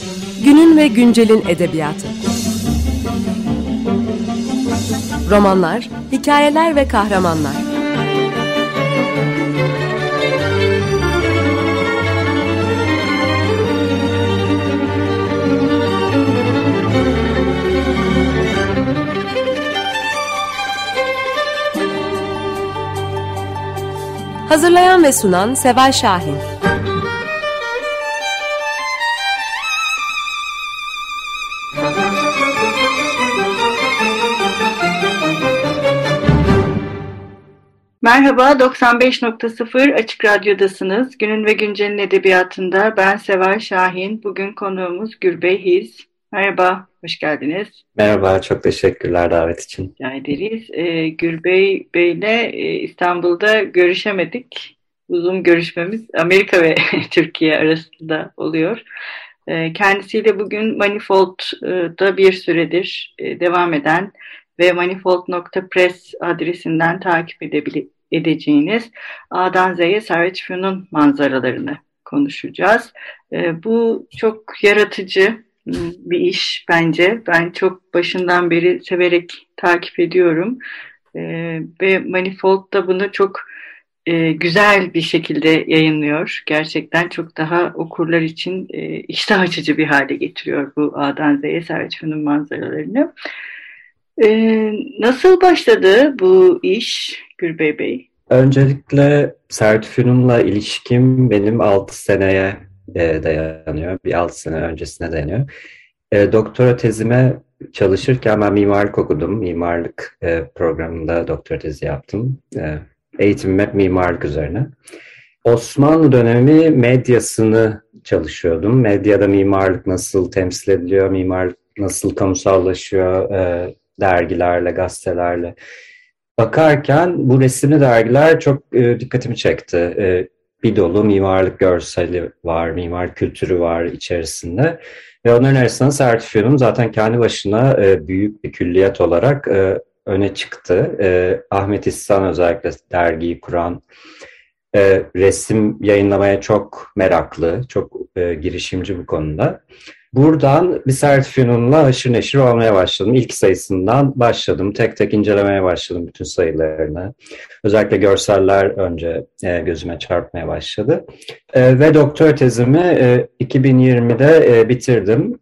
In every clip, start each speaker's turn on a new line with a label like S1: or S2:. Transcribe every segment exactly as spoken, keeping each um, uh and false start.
S1: Günün ve güncelin edebiyatı. Romanlar, hikayeler ve kahramanlar. Hazırlayan ve sunan Seval Şahin.
S2: Merhaba, doksan beş nokta sıfır Açık Radyo'dasınız. Günün ve Güncel'in edebiyatında ben Seval Şahin. Bugün konuğumuz Gürbey Hiz. Merhaba, hoş geldiniz.
S3: Merhaba, çok teşekkürler davet için.
S2: Rica ederiz. Ee, Gürbey Bey'le e, İstanbul'da görüşemedik. Uzun görüşmemiz Amerika ve Türkiye arasında oluyor. Ee, kendisiyle bugün Manifold'da bir süredir e, devam eden ve manifold nokta press adresinden takip edebil- edeceğiniz A'dan Z'ye Servet Fünun manzaralarını konuşacağız. Ee, bu çok yaratıcı bir iş bence. Ben çok başından beri severek takip ediyorum. Ee, ve Manifold da bunu çok e, güzel bir şekilde yayınlıyor. Gerçekten çok daha okurlar için e, iştah açıcı bir hale getiriyor bu A'dan Z'ye Servet Fünun manzaralarını. Ee, nasıl başladı bu iş Gürbey Bey?
S3: Öncelikle Servet Fünun'la ilişkim benim altı seneye e, dayanıyor. Bir altı sene öncesine dayanıyor. E, doktora tezime çalışırken ben mimarlık okudum. Mimarlık e, programında doktora tezi yaptım. E, eğitimim hep mimarlık üzerine. Osmanlı dönemi medyasını çalışıyordum. Medyada mimarlık nasıl temsil ediliyor, mimarlık nasıl kamusallaşıyor, e, dergilerle, gazetelerle bakarken bu resimli dergiler çok e, dikkatimi çekti. E, bir dolu mimarlık görseli var, mimar kültürü var içerisinde. Ve onların arasında Servet Fünun zaten kendi başına e, büyük bir külliyat olarak e, öne çıktı. E, Ahmet İhsan özellikle dergiyi kuran, e, resim yayınlamaya çok meraklı, çok e, girişimci bu konuda. Buradan bir Servet Fünun'la haşır neşir olmaya başladım. İlk sayısından başladım. Tek tek incelemeye başladım bütün sayılarını. Özellikle görseller önce e, gözüme çarpmaya başladı. E, ve doktora tezimi e, iki bin yirmide e, bitirdim.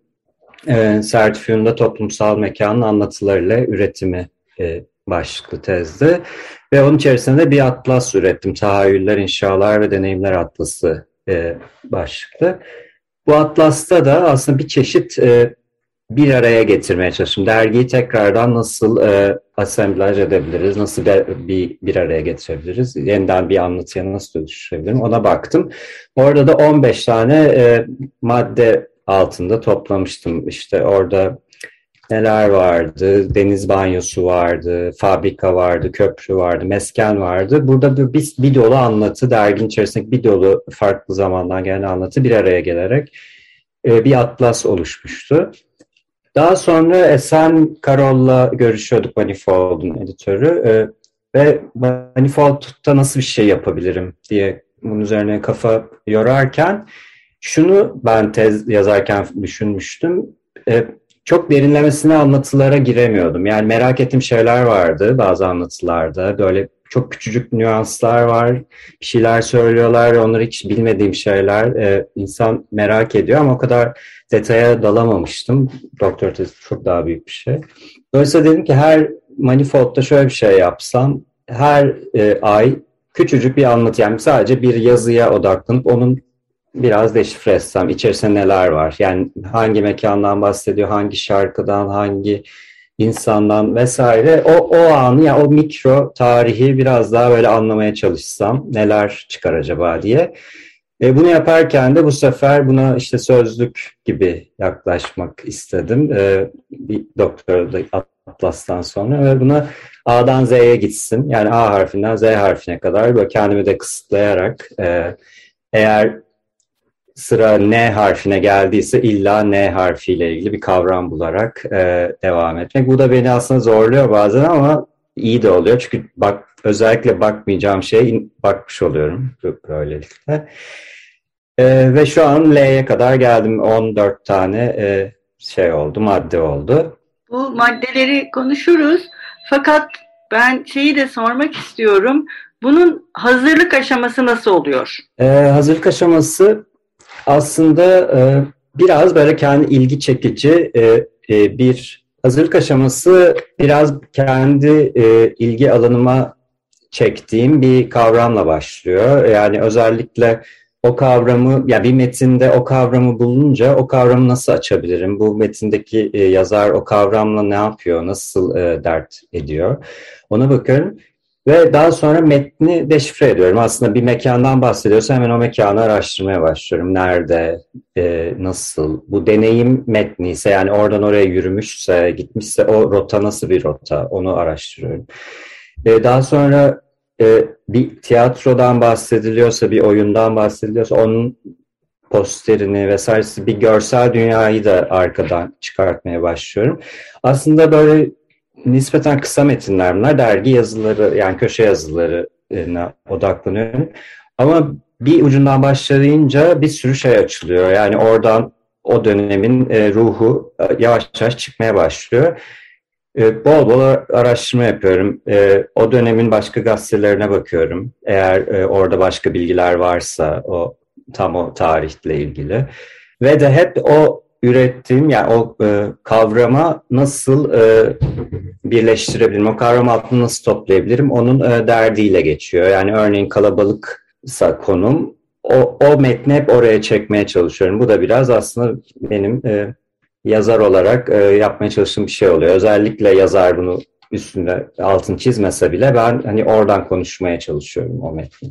S3: E, Servet Fünun'da toplumsal mekanın anlatılarıyla üretimi e, başlıklı tezdi. Ve onun içerisinde bir atlas ürettim. Tahayyüller, İnşalar ve Deneyimler Atlası e, başlıklı. Bu atlasta da aslında bir çeşit e, bir araya getirmeye çalıştım. Dergiyi tekrardan nasıl e, asemblaj edebiliriz, nasıl bir, bir, bir araya getirebiliriz, yeniden bir anlatıya nasıl dönüştürebilirim ona baktım. Orada da on beş tane e, madde altında toplamıştım. İşte orada neler vardı? Deniz banyosu vardı, fabrika vardı, köprü vardı, mesken vardı. Burada bir, bir dolu anlatı, derginin içerisindeki bir dolu farklı zamandan gelen anlatı bir araya gelerek e, bir atlas oluşmuştu. Daha sonra Esen Karol'la görüşüyorduk, Manifold'un editörü. E, ve Manifold'da nasıl bir şey yapabilirim diye bunun üzerine kafa yorarken şunu ben tez yazarken düşünmüştüm. E, Çok derinlemesine anlatılara giremiyordum. Yani merak ettiğim şeyler vardı bazı anlatılarda. Böyle çok küçücük nüanslar var. Bir şeyler söylüyorlar. Onları hiç bilmediğim şeyler. Ee, insan merak ediyor ama o kadar detaya dalamamıştım. Doktor tezi çok daha büyük bir şey. Dolayısıyla dedim ki her Manifold'da şöyle bir şey yapsam. Her e, ay küçücük bir anlatı. Yani sadece bir yazıya odaklanıp onun biraz deşifre etsem, içerisinde neler var? Yani hangi mekandan bahsediyor, hangi şarkıdan, hangi insandan vesaire. O, o anı, yani o mikro tarihi biraz daha böyle anlamaya çalışsam, neler çıkar acaba diye. E, bunu yaparken de bu sefer buna işte sözlük gibi yaklaşmak istedim. E, bir doktora da Atlas'tan sonra ve buna A'dan Z'ye gitsin. Yani A harfinden Z harfine kadar böyle kendimi de kısıtlayarak e, eğer sıra N harfine geldiyse illa N harfiyle ilgili bir kavram bularak e, devam etmek. Bu da beni aslında zorluyor bazen ama iyi de oluyor. Çünkü bak, özellikle bakmayacağım şeye bakmış oluyorum böylelikle. E, ve şu an L'ye kadar geldim. on dört tane e, şey oldu, madde oldu.
S2: Bu maddeleri konuşuruz. Fakat ben şeyi de sormak istiyorum. Bunun hazırlık aşaması nasıl oluyor?
S3: E, hazırlık aşaması aslında e, biraz böyle kendi ilgi çekici e, e, bir hazırlık aşaması, biraz kendi e, ilgi alanıma çektiğim bir kavramla başlıyor. Yani özellikle o kavramı, ya bir metinde o kavramı bulunca o kavramı nasıl açabilirim? Bu metindeki e, yazar o kavramla ne yapıyor? Nasıl e, dert ediyor? Ona bakıyorum. Ve daha sonra metni deşifre ediyorum. Aslında bir mekandan bahsediyorsa hemen o mekanı araştırmaya başlıyorum. Nerede, e, nasıl, bu deneyim metni ise, yani oradan oraya yürümüşse, gitmişse o rota nasıl bir rota, onu araştırıyorum. E, daha sonra e, bir tiyatrodan bahsediliyorsa, bir oyundan bahsediliyorsa onun posterini vesairesi, bir görsel dünyayı da arkadan çıkartmaya başlıyorum. Aslında böyle nispeten kısa metinler bunlar. Dergi yazıları, yani köşe yazılarına odaklanıyorum. Ama bir ucundan başlayınca bir sürü şey açılıyor. Yani oradan o dönemin e, ruhu e, yavaş yavaş çıkmaya başlıyor. E, bol bol araştırma yapıyorum. E, o dönemin başka gazetelerine bakıyorum. Eğer e, orada başka bilgiler varsa o tam o tarihle ilgili. Ve de hep o ürettiğim, yani o e, kavrama nasıl e, birleştirebilirim, o kavram altını nasıl toplayabilirim, onun e, derdiyle geçiyor. Yani örneğin kalabalıksa konum, o, o metni hep oraya çekmeye çalışıyorum. Bu da biraz aslında benim e, yazar olarak e, yapmaya çalıştığım bir şey oluyor. Özellikle yazar bunu üstünde altını çizmese bile ben hani oradan konuşmaya çalışıyorum o metni.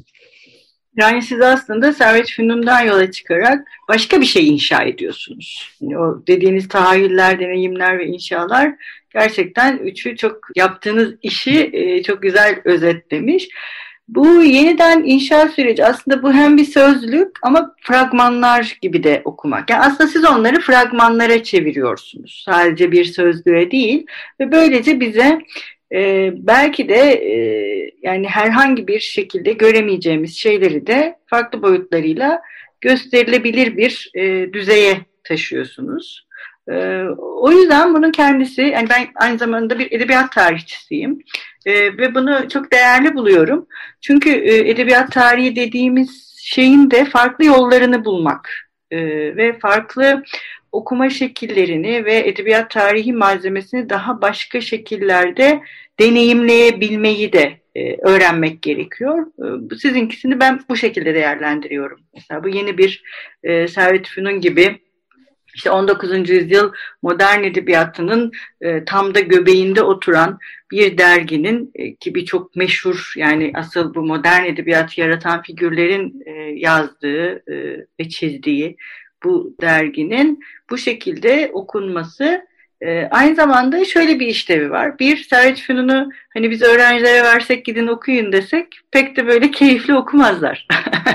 S2: Yani siz aslında Servet Fünun'dan yola çıkarak başka bir şey inşa ediyorsunuz. Yani o dediğiniz tahayyüller, deneyimler ve inşalar gerçekten üçü çok yaptığınız işi e, çok güzel özetlemiş. Bu yeniden inşa süreci aslında bu hem bir sözlük ama fragmanlar gibi de okumak. Yani aslında siz onları fragmanlara çeviriyorsunuz. Sadece bir sözlüğe değil ve böylece bize Ee, belki de e, yani herhangi bir şekilde göremeyeceğimiz şeyleri de farklı boyutlarıyla gösterilebilir bir e, düzeye taşıyorsunuz. E, o yüzden bunun kendisi, yani ben aynı zamanda bir edebiyat tarihçisiyim e, ve bunu çok değerli buluyorum. Çünkü e, edebiyat tarihi dediğimiz şeyin de farklı yollarını bulmak e, ve farklı okuma şekillerini ve edebiyat tarihi malzemesini daha başka şekillerde deneyimleyebilmeyi de e, öğrenmek gerekiyor. E, sizinkisini ben bu şekilde değerlendiriyorum. Mesela bu yeni bir e, Servet Fünun gibi işte on dokuzuncu yüzyıl modern edebiyatının e, tam da göbeğinde oturan bir derginin e, ki birçok meşhur, yani asıl bu modern edebiyatı yaratan figürlerin e, yazdığı e, ve çizdiği bu derginin bu şekilde okunması e, aynı zamanda şöyle bir işlevi var. Bir, Servet Fünun'u hani biz öğrencilere versek gidin okuyun desek pek de böyle keyifli okumazlar.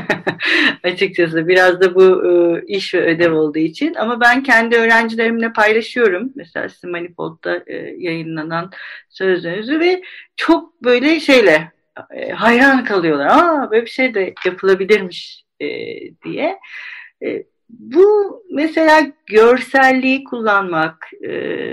S2: Açıkçası biraz da bu e, iş ve ödev olduğu için, ama ben kendi öğrencilerimle paylaşıyorum. Mesela sizin Manifold'da e, yayınlanan sözünüzü ve çok böyle şeyle e, hayran kalıyorlar. Aa, böyle bir şey de yapılabilirmiş e, diye. E, Bu mesela görselliği kullanmak, e,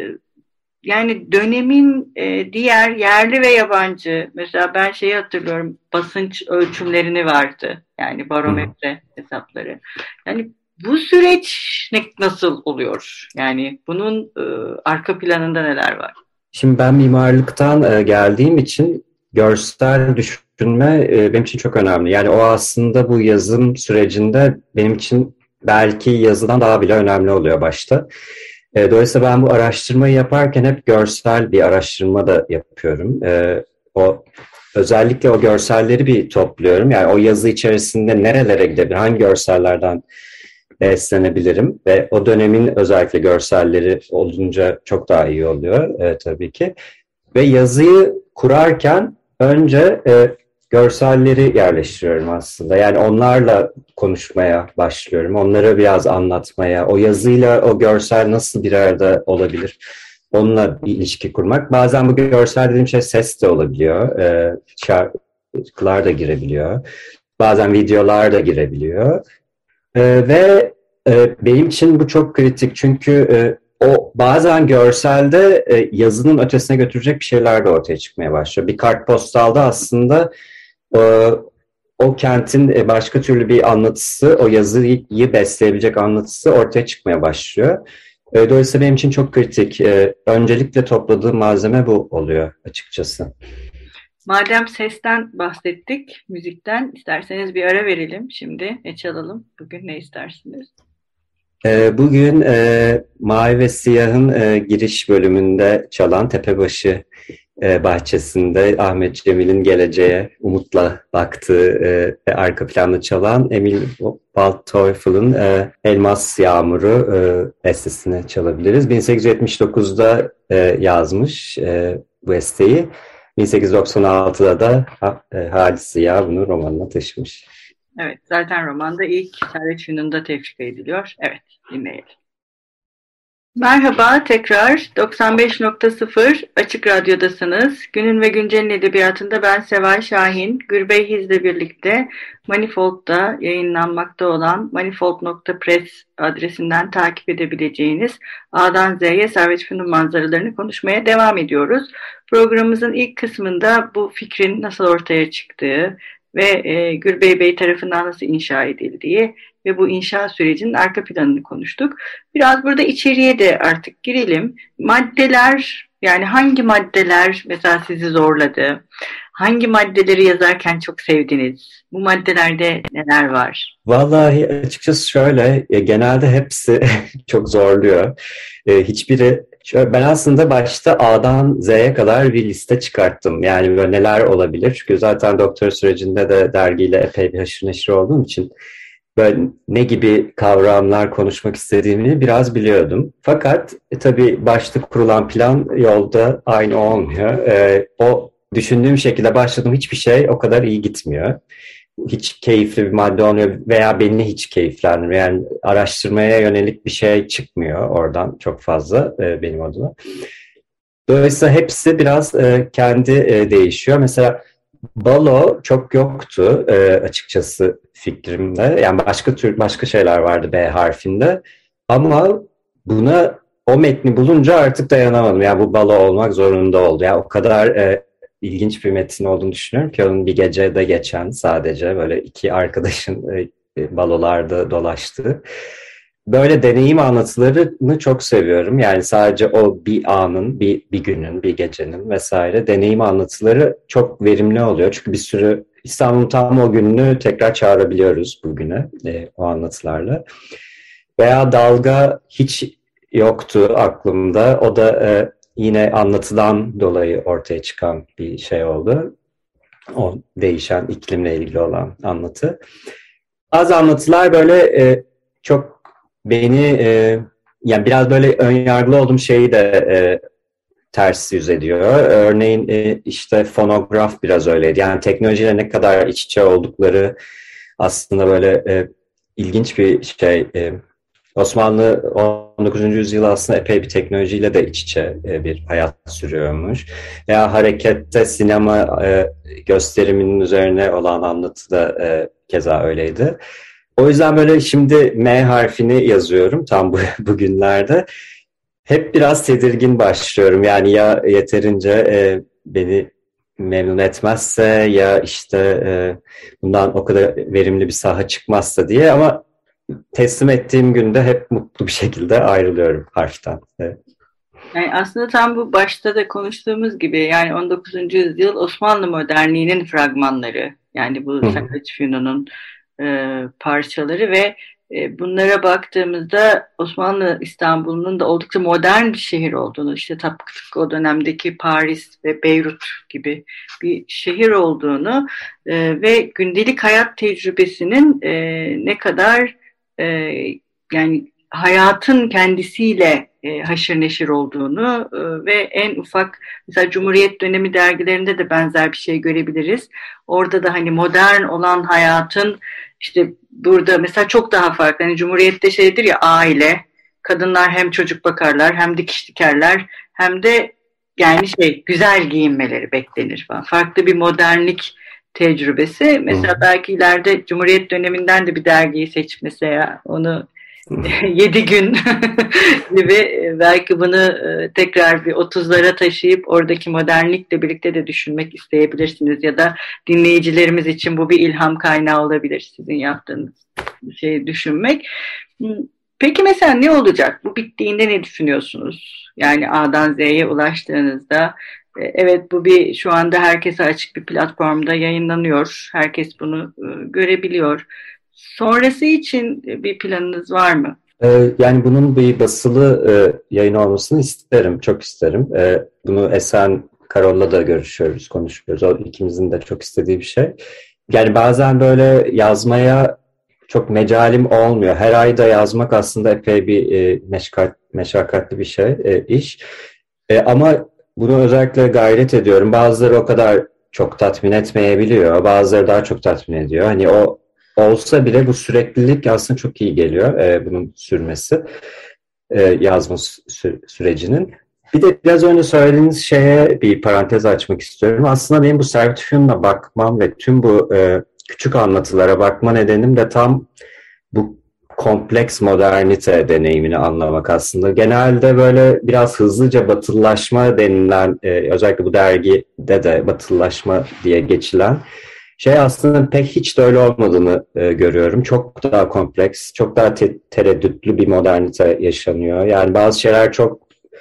S2: yani dönemin e, diğer yerli ve yabancı, mesela ben şeyi hatırlıyorum, basınç ölçümlerini vardı, yani barometre hesapları. Yani bu süreç ne, nasıl oluyor? Yani bunun e, arka planında neler var?
S3: Şimdi ben mimarlıktan e, geldiğim için görsel düşünme e, benim için çok önemli. Yani o aslında bu yazım sürecinde benim için belki yazıdan daha bile önemli oluyor başta. E, dolayısıyla ben bu araştırmayı yaparken hep görsel bir araştırma da yapıyorum. E, o özellikle o görselleri bir topluyorum. Yani o yazı içerisinde nerelere gidebilir, hangi görsellerden beslenebilirim ve o dönemin özellikle görselleri olunca çok daha iyi oluyor e, tabii ki. Ve yazıyı kurarken önce e, görselleri yerleştiriyorum aslında. Yani onlarla konuşmaya başlıyorum. Onlara biraz anlatmaya, o yazıyla o görsel nasıl bir arada olabilir, onunla bir ilişki kurmak. Bazen bu görsel dediğim şey ses de olabiliyor. E, şarkılar da girebiliyor. Bazen videolar da girebiliyor. E, ve e, benim için bu çok kritik çünkü e, o bazen görselde e, yazının ötesine götürecek bir şeyler de ortaya çıkmaya başlıyor. Bir kartpostalda aslında e, o kentin e, başka türlü bir anlatısı, o yazıyı besleyebilecek anlatısı ortaya çıkmaya başlıyor. E, dolayısıyla benim için çok kritik. E, öncelikle topladığım malzeme bu oluyor açıkçası.
S2: Madem sesten bahsettik, müzikten, isterseniz bir ara verelim şimdi. Ne çalalım? Bugün ne istersiniz?
S3: E, bugün e, Mavi ve Siyah'ın e, giriş bölümünde çalan Tepebaşı e, bahçesinde Ahmet Cemil'in geleceğe umutla baktığı e, ve arka planda çalan Emil Waldteufel'ın e, Elmas Yağmuru e, bestesini çalabiliriz. bin sekiz yüz yetmiş dokuzda e, yazmış e, bu besteyi. bin sekiz yüz doksan altıda da e, Halis Ziya bunu romanına taşımış.
S2: Evet, zaten romanda ilk Servet Fünun'da tefrika ediliyor. Evet, dinleyelim. Merhaba, tekrar doksan beş nokta sıfır Açık Radyo'dasınız. Günün ve Güncel'in edebiyatında ben Seval Şahin, Gürbey Hiz'le birlikte Manifold'da yayınlanmakta olan manifold nokta press adresinden takip edebileceğiniz A'dan Z'ye Servet Fünun manzaralarını konuşmaya devam ediyoruz. Programımızın ilk kısmında bu fikrin nasıl ortaya çıktığı ve e, Gürbey Bey tarafından nasıl inşa edildiği ve bu inşa sürecinin arka planını konuştuk. Biraz burada içeriye de artık girelim. Maddeler, yani hangi maddeler mesela sizi zorladı? Hangi maddeleri yazarken çok sevdiniz? Bu maddelerde neler var?
S3: Vallahi açıkçası şöyle, genelde hepsi çok zorluyor. Hiçbiri, ben aslında başta A'dan Z'ye kadar bir liste çıkarttım. Yani böyle neler olabilir? Çünkü zaten doktora sürecinde de dergiyle epey bir haşır neşir olduğum için böyle ne gibi kavramlar konuşmak istediğimi biraz biliyordum. Fakat e, tabii başta kurulan plan yolda aynı olmuyor. E, o düşündüğüm şekilde başladığım hiçbir şey o kadar iyi gitmiyor. Hiç keyifli bir madde olmuyor veya beni hiç keyiflendirmiyor. Yani araştırmaya yönelik bir şey çıkmıyor oradan çok fazla e, benim adıma. Dolayısıyla hepsi biraz e, kendi e, değişiyor. Mesela balo çok yoktu e, açıkçası fikrimde. Yani başka tür başka şeyler vardı B harfinde. Ama buna o metni bulunca artık dayanamadım. Yani bu balo olmak zorunda oldu. Yani o kadar e, ilginç bir metin olduğunu düşünüyorum ki onun bir gecede geçen sadece böyle iki arkadaşın e, balolarda dolaştığı. Böyle deneyim anlatılarını çok seviyorum. Yani sadece o bir anın, bir, bir günün, bir gecenin vesaire deneyim anlatıları çok verimli oluyor. Çünkü bir sürü İstanbul'un tam o gününü tekrar çağırabiliyoruz bugüne e, o anlatılarla. Veya dalga hiç yoktu aklımda. O da e, yine anlatıdan dolayı ortaya çıkan bir şey oldu. O değişen iklimle ilgili olan anlatı. Bazı anlatılar böyle e, çok beni e, yani biraz böyle önyargılı olduğum şeyi de e, ters yüz ediyor. Örneğin e, işte fonograf biraz öyleydi. Yani teknolojiyle ne kadar iç içe oldukları aslında böyle e, ilginç bir şey. E, Osmanlı on dokuzuncu yüzyıl aslında epey bir teknolojiyle de iç içe e, bir hayat sürüyormuş. Veya harekette sinema e, gösteriminin üzerine olan anlatı da e, keza öyleydi. O yüzden böyle şimdi M harfini yazıyorum tam bu bugünlerde. Hep biraz tedirgin başlıyorum. Yani ya yeterince e, beni memnun etmezse ya işte e, bundan o kadar verimli bir saha çıkmazsa diye ama teslim ettiğim günde hep mutlu bir şekilde ayrılıyorum harften. Evet.
S2: Yani aslında tam bu başta da konuştuğumuz gibi yani on dokuzuncu yüzyıl Osmanlı modernliğinin fragmanları. Yani bu Servet Fünun'un e, parçaları ve e, bunlara baktığımızda Osmanlı İstanbul'un da oldukça modern bir şehir olduğunu, işte tıpkı o dönemdeki Paris ve Beyrut gibi bir şehir olduğunu e, ve gündelik hayat tecrübesinin e, ne kadar e, yani hayatın kendisiyle e, haşır neşir olduğunu e, ve en ufak mesela Cumhuriyet dönemi dergilerinde de benzer bir şey görebiliriz. Orada da hani modern olan hayatın işte burada mesela çok daha farklı. Hani Cumhuriyet'te şeydir ya aile, kadınlar hem çocuk bakarlar hem dikiş dikerler hem de yani şey güzel giyinmeleri beklenir falan. Farklı bir modernlik tecrübesi. Mesela
S3: Hı.
S2: belki ileride Cumhuriyet döneminden de bir dergiyi seçip mesela onu yedi gün gibi belki bunu e, tekrar bir otuzlara taşıyıp oradaki modernlikle birlikte de düşünmek isteyebilirsiniz ya da dinleyicilerimiz için bu bir ilham kaynağı olabilir sizin yaptığınız şeyi düşünmek. Peki mesela ne olacak? Bu bittiğinde ne düşünüyorsunuz? Yani A'dan Z'ye ulaştığınızda e, evet bu bir şu anda herkese açık bir platformda yayınlanıyor. Herkes bunu e, görebiliyor. Sonrası için bir planınız var mı?
S3: Ee, yani bunun bir basılı e, yayın olmasını isterim, çok isterim. E, bunu Esen Karol'la da görüşüyoruz, konuşuyoruz. O ikimizin de çok istediği bir şey. Yani bazen böyle yazmaya çok mecalim olmuyor. Her ayda yazmak aslında epey bir e, meşakkat, meşakkatli bir şey, e, iş. E, ama bunu özellikle gayret ediyorum. Bazıları o kadar çok tatmin etmeyebiliyor, bazıları daha çok tatmin ediyor. Hani o olsa bile bu süreklilik aslında çok iyi geliyor, e, bunun sürmesi, e, yazma sü- sürecinin. Bir de biraz önce söylediğiniz şeye bir parantez açmak istiyorum. Aslında benim bu Servet Fünun'a bakmam ve tüm bu e, küçük anlatılara bakma nedenim de tam bu kompleks modernite deneyimini anlamak aslında. Genelde böyle biraz hızlıca batılılaşma denilen, e, özellikle bu dergide de batılılaşma diye geçilen şey aslında pek hiç de öyle olmadığını e, görüyorum. Çok daha kompleks, çok daha te- tereddütlü bir modernite yaşanıyor. Yani bazı şeyler çok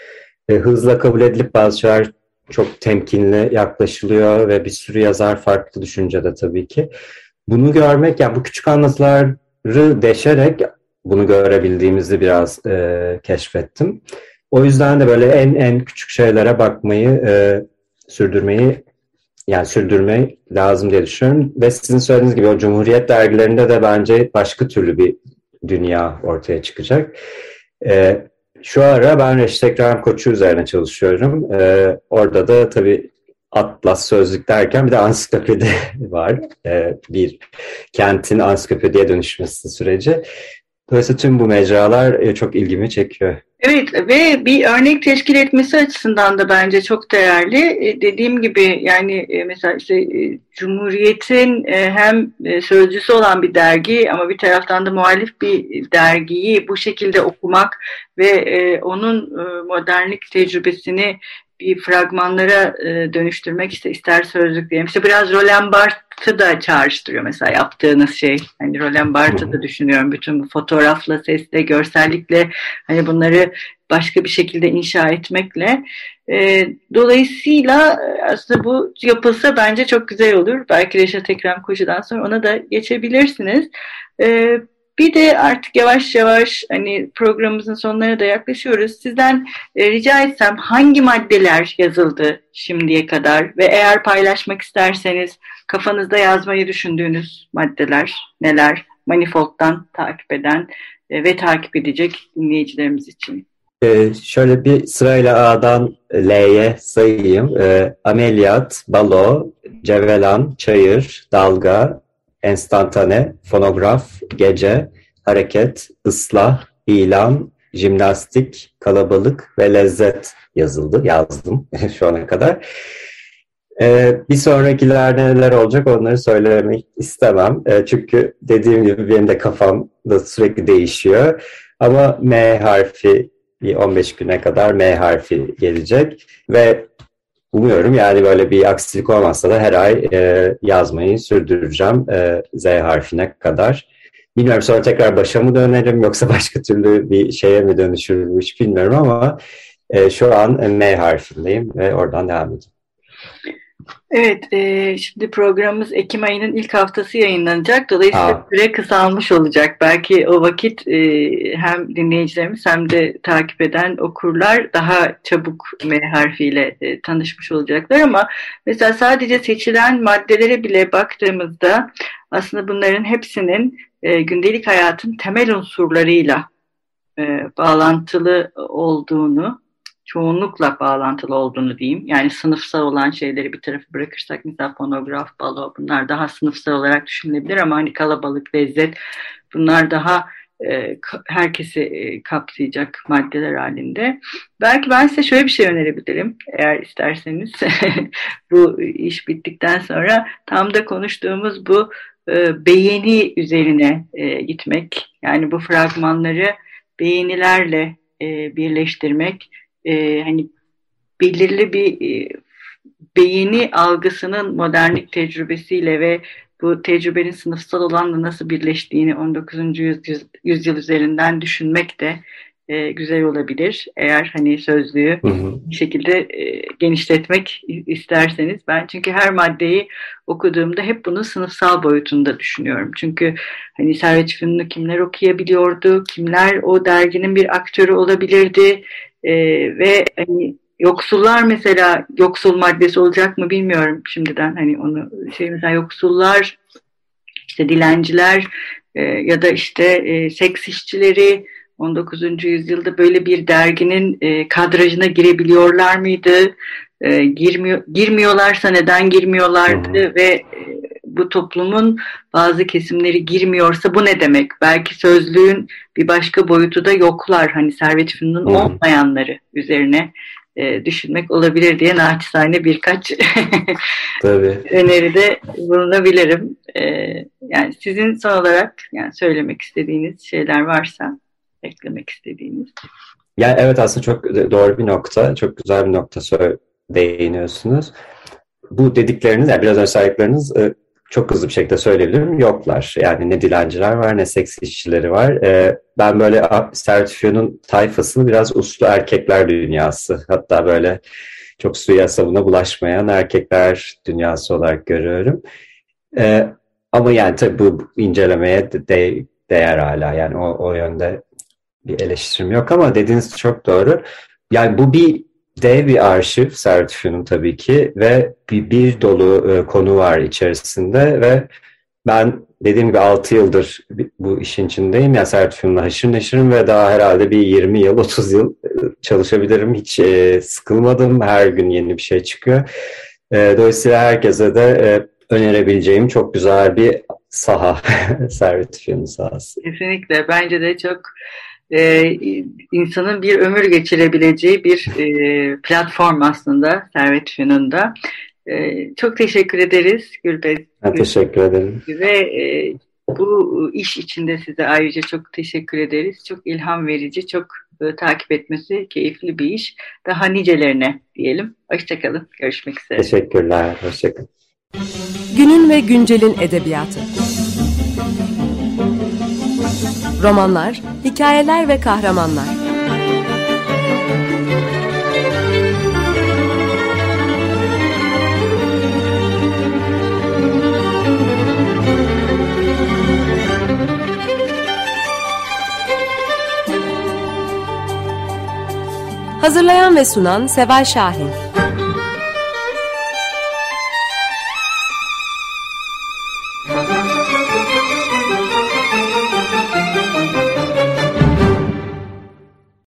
S3: e, hızla kabul edilip bazı şeyler çok temkinli yaklaşılıyor ve bir sürü yazar farklı düşüncede tabii ki. Bunu görmek, yani bu küçük anlatıları deşerek bunu görebildiğimizi biraz e, keşfettim. O yüzden de böyle en en küçük şeylere bakmayı, e, sürdürmeyi, yani sürdürmeyi lazım diye düşünüyorum. Ve sizin söylediğiniz gibi o Cumhuriyet dergilerinde de bence başka türlü bir dünya ortaya çıkacak. E, şu ara ben Reşit Ekrem Koçu üzerine çalışıyorum. E, orada da tabii Atlas Sözlük derken bir de ansiklopedi var. E, bir kentin ansiklopediye dönüşmesi süreci. Dolayısıyla tüm bu mecralar e, çok ilgimi çekiyor.
S2: Evet ve bir örnek teşkil etmesi açısından da bence çok değerli. E, dediğim gibi yani e, mesela işte e, Cumhuriyet'in e, hem e, sözcüsü olan bir dergi ama bir taraftan da muhalif bir dergiyi bu şekilde okumak ve e, onun e, modernlik tecrübesini bir fragmanlara e, dönüştürmek, işte ister sözlük diyelim. İşte biraz Roland Barthes'ı da çağrıştırıyor mesela yaptığınız şey. Hani Roland Barthes'ı da düşünüyorum. Bütün bu fotoğrafla, sesle, görsellikle hani bunları başka bir şekilde inşa etmekle. E, dolayısıyla aslında bu yapılsa bence çok güzel olur. Belki Reşat Ekrem Koçu'dan sonra ona da geçebilirsiniz. E, Bir de artık yavaş yavaş hani programımızın sonlarına da yaklaşıyoruz. Sizden e, rica etsem hangi maddeler yazıldı şimdiye kadar ve eğer paylaşmak isterseniz kafanızda yazmayı düşündüğünüz maddeler neler? Manifold'dan takip eden e, ve takip edecek dinleyicilerimiz için.
S3: Ee, şöyle bir sırayla A'dan L'ye sayayım. Ee, ameliyat, balo, cevelan, çayır, dalga, enstantane, fonograf, gece, hareket, ıslah, ilan, jimnastik, kalabalık ve lezzet yazıldı. Yazdım şu ana kadar. Ee, bir sonrakilerde neler olacak onları söylemek istemem. Ee, çünkü dediğim gibi benim de kafam da sürekli değişiyor. Ama M harfi bir on beş güne kadar M harfi gelecek ve umuyorum yani böyle bir aksilik olmazsa da her ay e, yazmayı sürdüreceğim e, Z harfine kadar. Bilmiyorum sonra tekrar başa mı dönerim yoksa başka türlü bir şeye mi dönüşür bu iş bilmiyorum ama e, şu an M harfindeyim ve oradan devam edeceğim.
S2: Evet, e, şimdi programımız Ekim ayının ilk haftası yayınlanacak. Dolayısıyla
S3: Aa.
S2: süre kısalmış olacak. Belki o vakit e, hem dinleyicilerimiz hem de takip eden okurlar daha çabuk M harfiyle e, tanışmış olacaklar. Ama mesela sadece seçilen maddelere bile baktığımızda aslında bunların hepsinin e, gündelik hayatın temel unsurlarıyla e, bağlantılı olduğunu, çoğunlukla bağlantılı olduğunu diyeyim. Yani sınıfsal olan şeyleri bir tarafa bırakırsak mesela fonograf, balo bunlar daha sınıfsal olarak düşünülebilir ama hani kalabalık, lezzet bunlar daha e, herkesi e, kapsayacak maddeler halinde. Belki ben size şöyle bir şey önerebilirim eğer isterseniz. Bu iş bittikten sonra tam da konuştuğumuz bu e, beğeni üzerine e, gitmek. Yani bu fragmanları beğenilerle e, birleştirmek. E, hani belirli bir e, beğeni algısının modernlik tecrübesiyle ve bu tecrübenin sınıfsal olanla nasıl birleştiğini on dokuzuncu yüzyıl, yüzyıl üzerinden düşünmek de e, güzel olabilir. Eğer hani sözlüğü hı hı. bir şekilde e, genişletmek isterseniz. Ben çünkü her maddeyi okuduğumda hep bunun sınıfsal boyutunda düşünüyorum. Çünkü hani Servet Fünun'u kimler okuyabiliyordu, kimler o derginin bir aktörü olabilirdi e, ve hani yoksullar mesela yoksul maddesi olacak mı bilmiyorum şimdiden hani onu şey mesela yoksullar işte dilenciler e, ya da işte e, seks işçileri on dokuzuncu yüzyılda böyle bir derginin e, kadrajına girebiliyorlar mıydı? E, girmiyor girmiyorlarsa neden girmiyorlardı hı hı. ve e, bu toplumun bazı kesimleri girmiyorsa bu ne demek? Belki sözlüğün bir başka boyutu da yoklar hani Servet Fünun'un olmayanları üzerine E, düşünmek olabilir diye naçizane birkaç öneride bulunabilirim. E, yani sizin son olarak yani söylemek istediğiniz şeyler varsa eklemek istediğiniz.
S3: Yani evet aslında çok doğru bir nokta, çok güzel bir nokta değiniyorsunuz. Bu dedikleriniz, yani biraz önce saydıklarınız çok hızlı bir şekilde söyleyebilirim. Yoklar. Yani ne dilenciler var ne seks işçileri var. Ee, ben böyle Servet Fünun'un tayfasını biraz uslu erkekler dünyası. Hatta böyle çok suya sabuna bulaşmayan erkekler dünyası olarak görüyorum. Ee, ama yani tabii bu incelemeye de, de, değer hala. Yani o, o yönde bir eleştirim yok ama dediğiniz çok doğru. Yani bu bir dev bir arşiv Servet Fünun tabii ki ve bir, bir dolu e, konu var içerisinde ve ben dediğim gibi altı yıldır bu işin içindeyim. Yani Servet Fünun'la haşır neşirim ve daha herhalde bir yirmi yıl, otuz yıl çalışabilirim. Hiç e, sıkılmadım. Her gün yeni bir şey çıkıyor. E, dolayısıyla herkese de e, önerebileceğim çok güzel bir saha Servet Fünun sahası.
S2: Kesinlikle. Bence de çok Ee, insanın bir ömür geçirebileceği bir e, platform aslında Servet Fünun'da. Ee, çok teşekkür ederiz Gülbey.
S3: Ben teşekkür ederim.
S2: Ve e, bu iş içinde size ayrıca çok teşekkür ederiz. Çok ilham verici, çok e, takip etmesi keyifli bir iş. Daha nicelerine diyelim. Hoşçakalın. Görüşmek üzere.
S3: Teşekkürler. Hoşçakalın.
S1: Günün ve güncelin edebiyatı. Romanlar, hikayeler ve kahramanlar. Hazırlayan ve sunan Seval Şahin.
S4: Thank you.